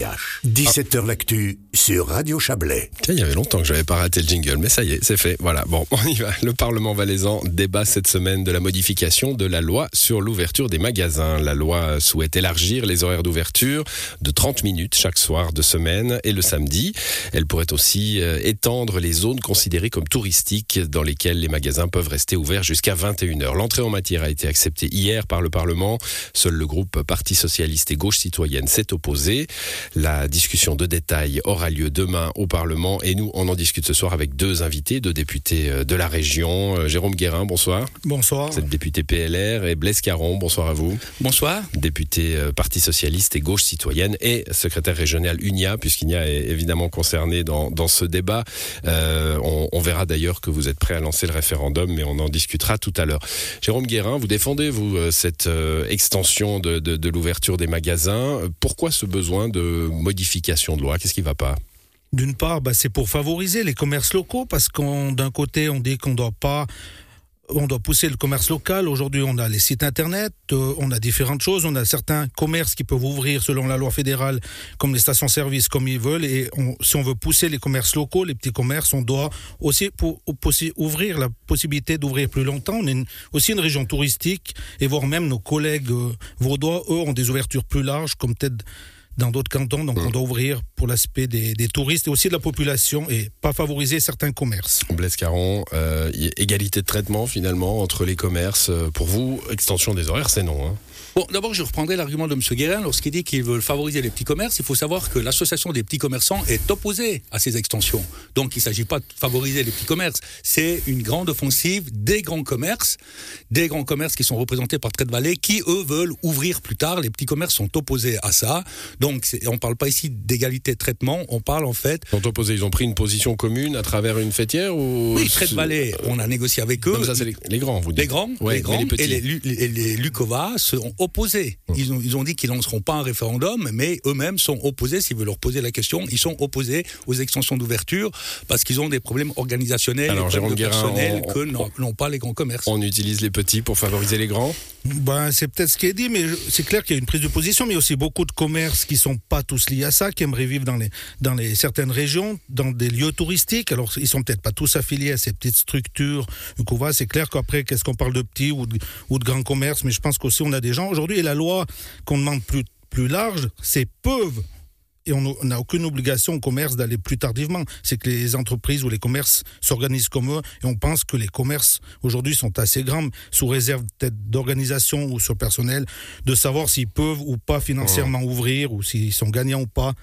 17h l'actu sur Radio Chablais. Tiens, il y avait longtemps que je n'avais pas raté le jingle, mais ça y est, c'est fait. Voilà, bon, on y va. Le Parlement valaisan débat cette semaine de la modification de la loi sur l'ouverture des magasins. La loi souhaite élargir les horaires d'ouverture de 30 minutes chaque soir de semaine et le samedi. Elle pourrait aussi étendre les zones considérées comme touristiques dans lesquelles les magasins peuvent rester ouverts jusqu'à 21h. L'entrée en matière a été acceptée hier par le Parlement. Seul le groupe Parti Socialiste et Gauche Citoyenne s'est opposé. La discussion de détail aura lieu demain au Parlement et nous, on en discute ce soir avec deux invités, deux députés de la région. Jérôme Guérin, bonsoir. Bonsoir. Vous êtes député PLR et Blaise Caron, bonsoir à vous. Bonsoir. Député Parti Socialiste et Gauche Citoyenne et secrétaire régional UNIA, puisqu'UNIA est évidemment concerné dans ce débat. On verra d'ailleurs que vous êtes prêt à lancer le référendum, mais on en discutera tout à l'heure. Jérôme Guérin, vous défendez, vous, cette extension de l'ouverture des magasins. Pourquoi ce besoin de modification de loi? Qu'est-ce qui ne va pas? D'une part, c'est pour favoriser les commerces locaux, parce d'un côté, on dit qu'on doit pousser le commerce local. Aujourd'hui, on a les sites internet, on a différentes choses. On a certains commerces qui peuvent ouvrir selon la loi fédérale, comme les stations-service, comme ils veulent. Et si on veut pousser les commerces locaux, les petits commerces, on doit aussi ouvrir la possibilité d'ouvrir plus longtemps. On est aussi une région touristique, et voire même nos collègues vaudois, eux, ont des ouvertures plus larges, comme peut-être dans d'autres cantons, donc on doit ouvrir pour l'aspect des touristes et aussi de la population et pas favoriser certains commerces. Blaise Caron, égalité de traitement finalement entre les commerces. Pour vous, extension des horaires, c'est non, hein? Bon, d'abord, je reprendrai l'argument de M. Guérin. Lorsqu'il dit qu'il veut favoriser les petits commerces, il faut savoir que l'association des petits commerçants est opposée à ces extensions. Donc, il ne s'agit pas de favoriser les petits commerces. C'est une grande offensive des grands commerces qui sont représentés par Trade Valley, qui, eux, veulent ouvrir plus tard. Les petits commerces sont opposés à ça. Donc, on ne parle pas ici d'égalité de traitement. On parle, en fait... Ils sont opposés. Ils ont pris une position commune à travers une fêtière ou... Oui, Trade Valley, on a négocié avec eux. Non, ça, c'est les grands, vous dites. Les grands, ouais, les petits. Et les Lucova sont opposés. Ils ont dit qu'ils ne lanceront pas un référendum, mais eux-mêmes sont opposés. S'ils veulent leur poser la question, ils sont opposés aux extensions d'ouverture parce qu'ils ont des problèmes organisationnels et personnels que n'ont pas les grands commerces. On utilise les petits pour favoriser les grands ? C'est peut-être ce qui est dit, mais c'est clair qu'il y a une prise de position, mais il y a aussi beaucoup de commerces qui ne sont pas tous liés à ça, qui aimeraient vivre dans certaines régions, dans des lieux touristiques. Alors, ils ne sont peut-être pas tous affiliés à ces petites structures. C'est clair qu'après, qu'est-ce qu'on parle de petits ou de grands commerces, mais je pense qu'aussi on a des gens aujourd'hui, et la loi qu'on demande plus large, c'est peuvent. Et on n'a aucune obligation au commerce d'aller plus tardivement. C'est que les entreprises ou les commerces s'organisent comme eux. Et on pense que les commerces, aujourd'hui, sont assez grands, sous réserve peut-être d'organisation ou sur personnel, de savoir s'ils peuvent ou pas financièrement ouvrir, ou s'ils sont gagnants ou pas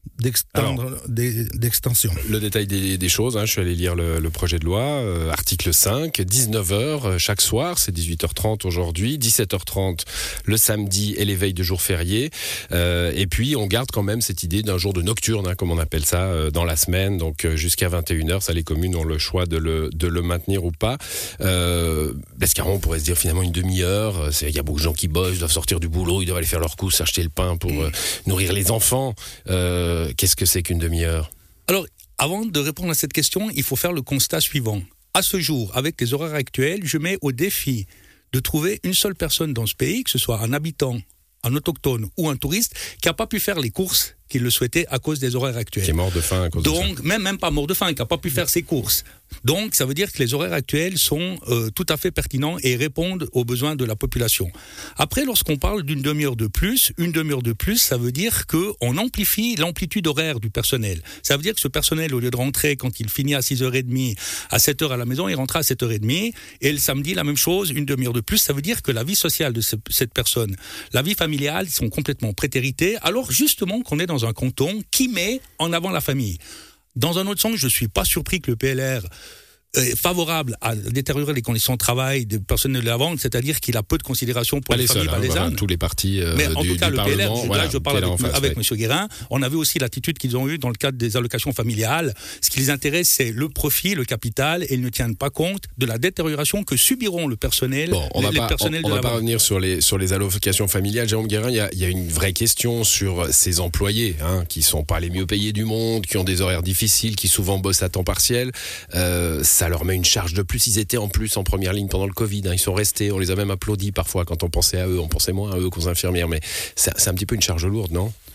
d'extension. Le détail des choses, je suis allé lire le projet de loi, article 5, 19h chaque soir, c'est 18h30 aujourd'hui, 17h30 le samedi et les veilles de jours fériés. Et puis on garde quand même cette idée d'un jour de nocturne, comme on appelle ça, dans la semaine, donc jusqu'à 21h, ça les communes ont le choix de le maintenir ou pas. Parce qu'on pourrait se dire finalement une demi-heure, il y a beaucoup de gens qui bossent, ils doivent sortir du boulot, ils doivent aller faire leurs courses, acheter le pain pour nourrir les enfants. Qu'est-ce que c'est qu'une demi-heure ? Alors, avant de répondre à cette question, il faut faire le constat suivant. À ce jour, avec les horaires actuels, je mets au défi de trouver une seule personne dans ce pays, que ce soit un habitant, un autochtone ou un touriste, qui n'a pas pu faire les courses qu'il le souhaitait à cause des horaires actuels. Qui est mort de faim à cause de ça. Donc, même pas mort de faim, qui n'a pas pu faire ses courses. Donc, ça veut dire que les horaires actuels sont tout à fait pertinents et répondent aux besoins de la population. Après, lorsqu'on parle d'une demi-heure de plus, ça veut dire qu'on amplifie l'amplitude horaire du personnel. Ça veut dire que ce personnel, au lieu de rentrer quand il finit à 6h30, à 7h à la maison, il rentre à 7h30. Et le samedi, la même chose, une demi-heure de plus. Ça veut dire que la vie sociale de cette personne, la vie familiale, sont complètement prétéritées. Alors, justement, qu'on est dans un canton qui met en avant la famille. Dans un autre sens, je ne suis pas surpris que le PLR favorable à détériorer les conditions de travail des personnels de la vente, c'est-à-dire qu'il a peu de considération pour les familles valaisannes. Tous les partis mais en tout cas, le PLR, là je parle avec M. Guérin, on a vu aussi l'attitude qu'ils ont eue dans le cadre des allocations familiales. Ce qui les intéresse, c'est le profit, le capital, et ils ne tiennent pas compte de la détérioration que subiront le personnel, on va pas revenir sur les allocations familiales. Jérôme Guérin, il y a une vraie question sur ces employés qui sont pas les mieux payés du monde, qui ont des horaires difficiles, qui souvent bossent à temps partiel. Ça leur met une charge de plus. Ils étaient en plus en première ligne pendant le Covid. Ils sont restés. On les a même applaudis parfois quand on pensait à eux. On pensait moins à eux qu'aux infirmières. Mais c'est un petit peu une charge lourde, non ?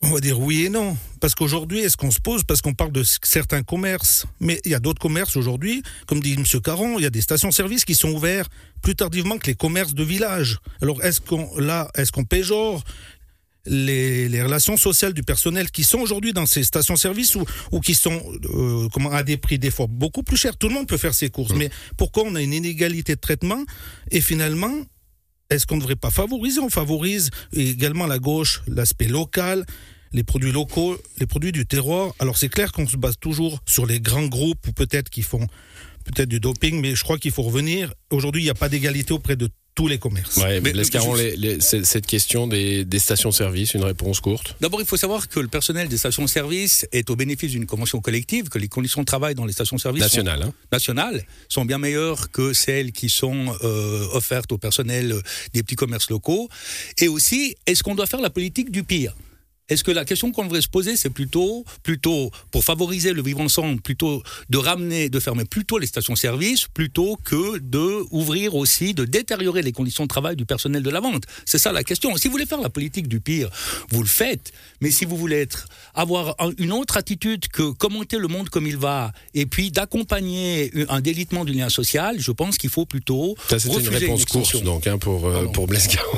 On va dire oui et non. Parce qu'aujourd'hui, est-ce qu'on se pose, parce qu'on parle de certains commerces, mais il y a d'autres commerces aujourd'hui, comme dit M. Caron, il y a des stations-service qui sont ouverts plus tardivement que les commerces de village. Alors est-ce qu'on péjore les relations sociales du personnel qui sont aujourd'hui dans ces stations-service ou qui sont à des prix des fois beaucoup plus chers? Tout le monde peut faire ses courses, mais pourquoi on a une inégalité de traitement? Et finalement, est-ce qu'on ne devrait pas favoriser? On favorise également la gauche, l'aspect local, les produits locaux, les produits du terroir. Alors c'est clair qu'on se base toujours sur les grands groupes ou peut-être qui font peut-être du doping, mais je crois qu'il faut revenir. Aujourd'hui, il n'y a pas d'égalité auprès de tous les commerces. Ouais, mais Lescaron, cette question des stations-service, une réponse courte. D'abord, il faut savoir que le personnel des stations-service est au bénéfice d'une convention collective, que les conditions de travail dans les stations-service nationales sont bien meilleures que celles qui sont offertes au personnel des petits commerces locaux. Et aussi, est-ce qu'on doit faire la politique du pire ? Est-ce que la question qu'on devrait se poser, c'est plutôt pour favoriser le vivre ensemble, plutôt de fermer plutôt les stations-service, plutôt que de ouvrir aussi, de détériorer les conditions de travail du personnel de la vente. C'est ça la question. Si vous voulez faire la politique du pire, vous le faites. Mais si vous voulez avoir une autre attitude que commenter le monde comme il va, et puis d'accompagner un délitement du lien social, je pense qu'il faut plutôt ça, c'était une réponse courte, donc, pour Blaise Caron.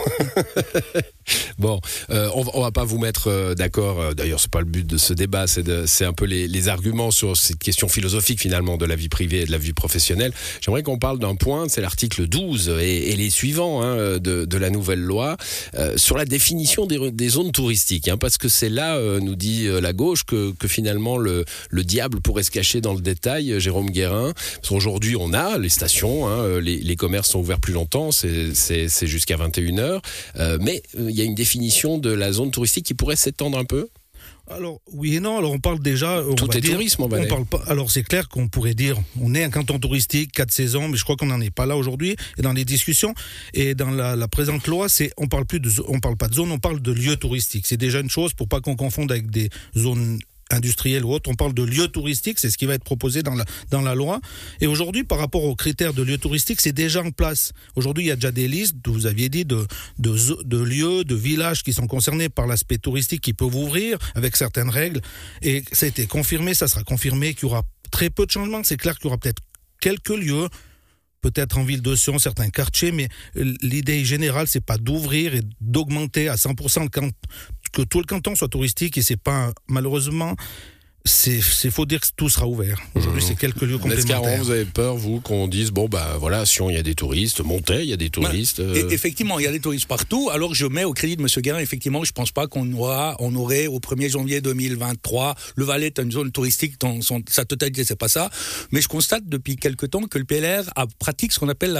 Bon, on va pas vous mettre d'accord. D'ailleurs, c'est pas le but de ce débat. C'est un peu les arguments sur cette question philosophique finalement de la vie privée et de la vie professionnelle. J'aimerais qu'on parle d'un point. C'est l'article 12 et les suivants de la nouvelle loi sur la définition des zones touristiques. Parce que c'est là, nous dit la gauche, que finalement le diable pourrait se cacher dans le détail. Jérôme Guérin. Parce qu'aujourd'hui, on a les stations. Les commerces sont ouverts plus longtemps. C'est jusqu'à 21h. Mais il y a une définition de la zone touristique qui pourrait s'étendre un peu? Alors, oui et non. Alors, on parle déjà... Tout est tourisme, on parle pas. Alors, c'est clair qu'on pourrait dire, on est un canton touristique, 4 saisons, mais je crois qu'on n'en est pas là aujourd'hui. Et dans les discussions, et dans la présente loi, on parle pas de zone, on parle de lieu touristique. C'est déjà une chose pour pas qu'on confonde avec des zones industriels ou autres, on parle de lieux touristiques, c'est ce qui va être proposé dans la loi. Et aujourd'hui, par rapport aux critères de lieux touristiques, c'est déjà en place. Aujourd'hui, il y a déjà des listes, vous aviez dit, de lieux, de villages qui sont concernés par l'aspect touristique qui peuvent ouvrir avec certaines règles. Et ça a été confirmé, ça sera confirmé qu'il y aura très peu de changements. C'est clair qu'il y aura peut-être quelques lieux, peut-être en ville de Sion, certains quartiers, mais l'idée générale, c'est pas d'ouvrir et d'augmenter à 100% que tout le canton soit touristique, et c'est pas, malheureusement, c'est faut dire que tout sera ouvert. Aujourd'hui, c'est quelques lieux complémentaires. Lescaron, vous avez peur, vous, qu'on dise, Sion, il y a des touristes, Montaix, il y a des touristes. Effectivement, il y a des touristes partout. Alors, je mets au crédit de M. Guérin, effectivement, je ne pense pas qu'on aurait au 1er janvier 2023, le Valais est une zone touristique dans sa totalité, c'est pas ça. Mais je constate depuis quelque temps que le PLR pratique ce qu'on appelle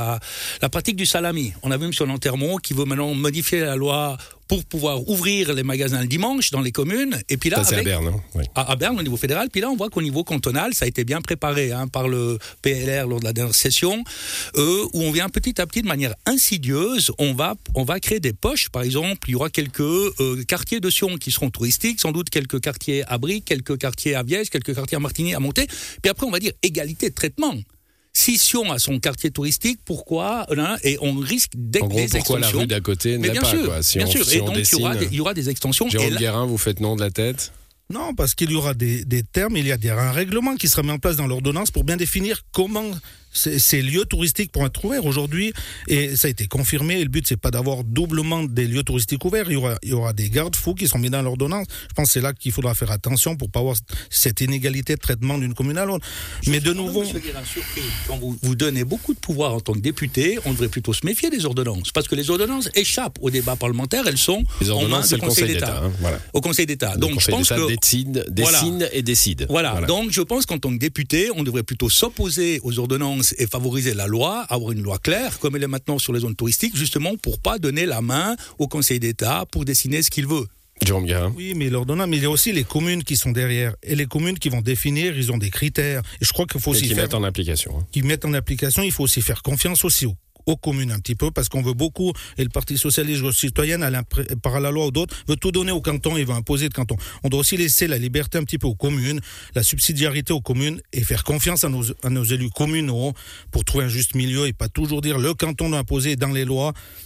la pratique du salami. On a vu M. Lantermont qui veut maintenant modifier la loi pour pouvoir ouvrir les magasins le dimanche dans les communes. Et puis là, ça, c'est à Berne, hein, oui. À Berne, au niveau fédéral. Puis là, on voit qu'au niveau cantonal, ça a été bien préparé par le PLR lors de la dernière session, où on vient petit à petit, de manière insidieuse, on va créer des poches. Par exemple, il y aura quelques quartiers de Sion qui seront touristiques, sans doute quelques quartiers à Brie, quelques quartiers à Viège, quelques quartiers à Martigny, à Montaix. Puis après, on va dire égalité de traitement. Si Sion a son quartier touristique, pourquoi et on risque des extensions. Pourquoi la rue d'à côté ne l'est pas, quoi. Bien sûr. Et donc, il y aura des extensions. Jérôme Guérin, vous faites non de la tête? Non, parce qu'il y aura des termes, il y a un règlement qui sera mis en place dans l'ordonnance pour bien définir comment ces lieux touristiques pourront être ouverts aujourd'hui. Et ça a été confirmé. Et le but, c'est pas d'avoir doublement des lieux touristiques ouverts. Il y aura des garde-fous qui seront mis dans l'ordonnance. Je pense que c'est là qu'il faudra faire attention pour pas avoir cette inégalité de traitement d'une commune à l'autre. Mais de nouveau... Monsieur Guérin, surpris. Quand vous donnez beaucoup de pouvoir en tant que député, on devrait plutôt se méfier des ordonnances. Parce que les ordonnances échappent au débat parlementaire. Elles sont en main du Conseil d'État. Voilà. Au Conseil d'État. Donc, je pense que... décide. Voilà. Donc, je pense qu'en tant que député, on devrait plutôt s'opposer aux ordonnances et favoriser la loi, avoir une loi claire, comme elle est maintenant sur les zones touristiques, justement pour pas donner la main au Conseil d'État pour dessiner ce qu'il veut. Jérôme Guérin. Oui, mais l'ordonnance, mais il y a aussi les communes qui sont derrière. Et les communes qui vont définir, ils ont des critères. Et je crois qu'il faut aussi mettent en application. Qui mettent en application, il faut aussi faire confiance aussi aux communes un petit peu, parce qu'on veut beaucoup, et le Parti socialiste citoyen, par la loi ou d'autres, veut tout donner au canton et veut imposer le canton. On doit aussi laisser la liberté un petit peu aux communes, la subsidiarité aux communes, et faire confiance à nos élus communaux pour trouver un juste milieu et pas toujours dire le canton doit imposer dans les lois.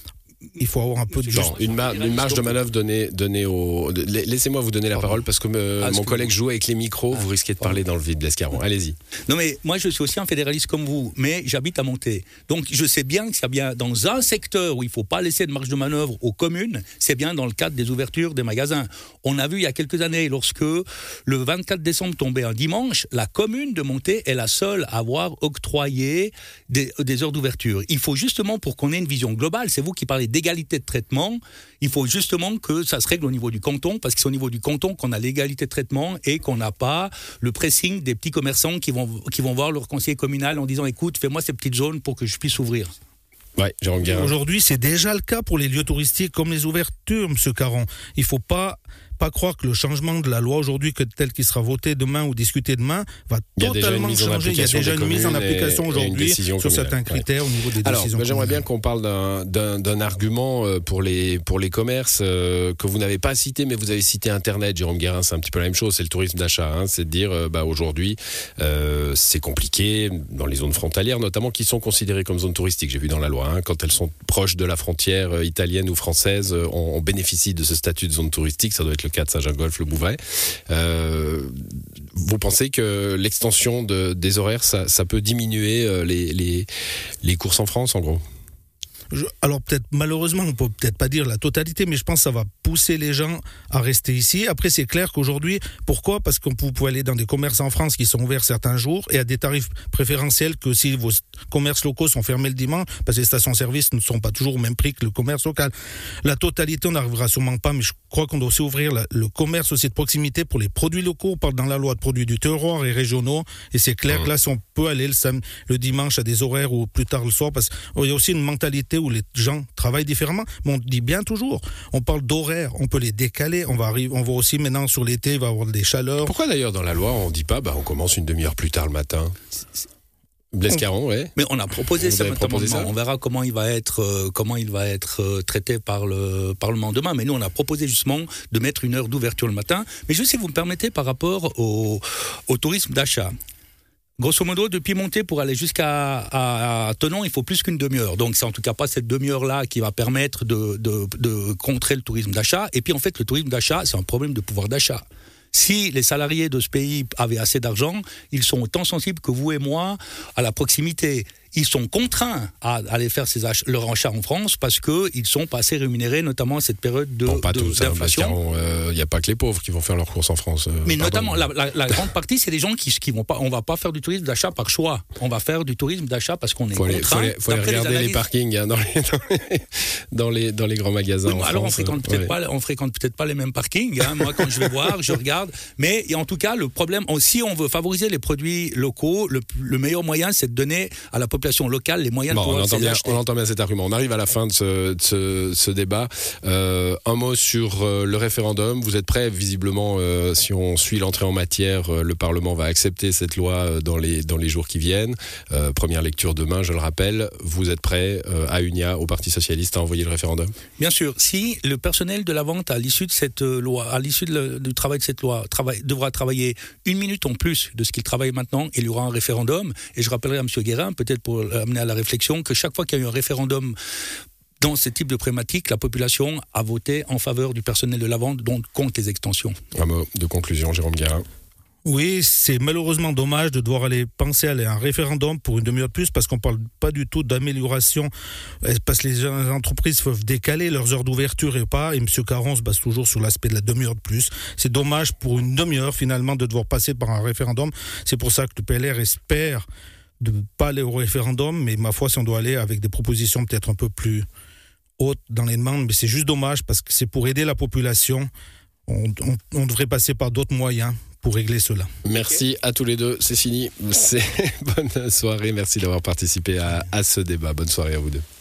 il faut avoir un peu de une marge de manœuvre donnée aux... Laissez-moi vous donner la parole parce que mon collègue joue avec les micros, vous risquez de parler dans le vide, Lescaron. Allez-y. Non mais moi je suis aussi un fédéraliste comme vous, mais j'habite à Monté. Donc je sais bien que c'est bien dans un secteur où il ne faut pas laisser de marge de manœuvre aux communes, c'est bien dans le cadre des ouvertures des magasins. On a vu il y a quelques années, lorsque le 24 décembre tombait un dimanche, la commune de Monté est la seule à avoir octroyé des heures d'ouverture. Il faut justement, pour qu'on ait une vision globale, c'est vous qui parlez d'égalité de traitement, il faut justement que ça se règle au niveau du canton, parce que c'est au niveau du canton qu'on a l'égalité de traitement et qu'on n'a pas le pressing des petits commerçants qui vont voir leur conseiller communal en disant écoute, fais-moi ces petites zones pour que je puisse ouvrir. Ouais, Jérôme Guérin. Aujourd'hui, c'est déjà le cas pour les lieux touristiques comme les ouvertures, M. Caron. Il ne faut pas croire que le changement de la loi aujourd'hui, tel qu'il sera voté demain ou discuté demain, va totalement changer. Il y a déjà une mise en application aujourd'hui sur certains critères au niveau des décisions. Alors, j'aimerais bien qu'on parle d'un argument pour les commerces que vous n'avez pas cité, mais vous avez cité Internet, Jérôme Guérin, c'est un petit peu la même chose, c'est le tourisme d'achat. C'est de dire, aujourd'hui, c'est compliqué, dans les zones frontalières notamment, qui sont considérées comme zones touristiques. J'ai vu dans la loi, quand elles sont proches de la frontière italienne ou française, on bénéficie de ce statut de zone touristique, ça doit être le cas de Saint-Gingolph, le Bouvray. Vous pensez que l'extension des horaires, ça peut diminuer les courses en France, en gros ? Alors peut-être, malheureusement, on peut peut-être pas dire la totalité, mais je pense que ça va pousser les gens à rester ici. Après, c'est clair qu'aujourd'hui, pourquoi ? Parce que vous pouvez aller dans des commerces en France qui sont ouverts certains jours et à des tarifs préférentiels que si vos commerces locaux sont fermés le dimanche, parce que les stations-service ne sont pas toujours au même prix que le commerce local. La totalité, on n'arrivera sûrement pas, mais je crois qu'on doit aussi ouvrir le commerce aussi de proximité pour les produits locaux. On parle dans la loi de produits du terroir et régionaux, et c'est clair que là, si on peut aller le dimanche à des horaires ou plus tard le soir, parce qu'il y a aussi une mentalité où les gens travaillent différemment, mais on dit bien toujours, on parle d'horaires, on peut les décaler, on voit aussi maintenant sur l'été, il va y avoir des chaleurs. Pourquoi d'ailleurs dans la loi on dit pas, on commence une demi-heure plus tard le matin ? Blescaron, oui. Mais on a proposé ça maintenant. On verra comment il va être traité par le Parlement demain. Mais nous, on a proposé justement de mettre une heure d'ouverture le matin. Mais juste si vous me permettez, par rapport au tourisme d'achat. Grosso modo, depuis Monté pour aller jusqu'à Thonon, il faut plus qu'une demi-heure. Donc, c'est en tout cas pas cette demi-heure-là qui va permettre de contrer le tourisme d'achat. Et puis, en fait, le tourisme d'achat, c'est un problème de pouvoir d'achat. Si les salariés de ce pays avaient assez d'argent, ils sont autant sensibles que vous et moi à la proximité. Ils sont contraints à aller faire leur achat en France parce qu'ils ne sont pas assez rémunérés, notamment à cette période d'inflation. Il n'y a pas que les pauvres qui vont faire leurs courses en France. Mais notamment, la grande partie, c'est des gens qui vont pas. On ne va pas faire du tourisme d'achat par choix. On va faire du tourisme d'achat parce qu'on est contraint. Il faut aller regarder les parkings dans les grands magasins. Oui, alors on fréquente peut-être pas les mêmes parkings. Moi, quand je vais voir, je regarde. Mais en tout cas, le problème, si on veut favoriser les produits locaux, le meilleur moyen, c'est de donner à la population locale les moyens de pouvoir les acheter. On entend bien cet argument. On arrive à la fin de ce débat. Un mot sur le référendum. Vous êtes prêts ? Visiblement, si on suit l'entrée en matière, le Parlement va accepter cette loi dans les jours qui viennent. Première lecture demain, je le rappelle. Vous êtes prêts, à UNIA, au Parti Socialiste, à envoyer le référendum ? Bien sûr. Si le personnel de la vente, à l'issue de cette loi, à l'issue du travail de cette loi, devra travailler 1 minute en plus de ce qu'il travaille maintenant, il y aura un référendum. Et je rappellerai à M. Guérin, peut-être pour amener à la réflexion, que chaque fois qu'il y a eu un référendum dans ce type de problématique, la population a voté en faveur du personnel de la vente, donc contre les extensions. Un mot de conclusion, Jérôme Guérin. Oui, c'est malheureusement dommage de devoir penser à un référendum pour une demi-heure de plus, parce qu'on ne parle pas du tout d'amélioration, parce que les entreprises peuvent décaler leurs heures d'ouverture et M. Caron se base toujours sur l'aspect de la demi-heure de plus. C'est dommage pour une demi-heure finalement de devoir passer par un référendum. C'est pour ça que le PLR espère de ne pas aller au référendum, mais ma foi, si on doit aller avec des propositions peut-être un peu plus hautes dans les demandes, mais c'est juste dommage parce que c'est pour aider la population. On devrait passer par d'autres moyens pour régler cela. Merci à tous les deux, c'est fini. Bonne soirée, merci d'avoir participé à ce débat. Bonne soirée à vous deux.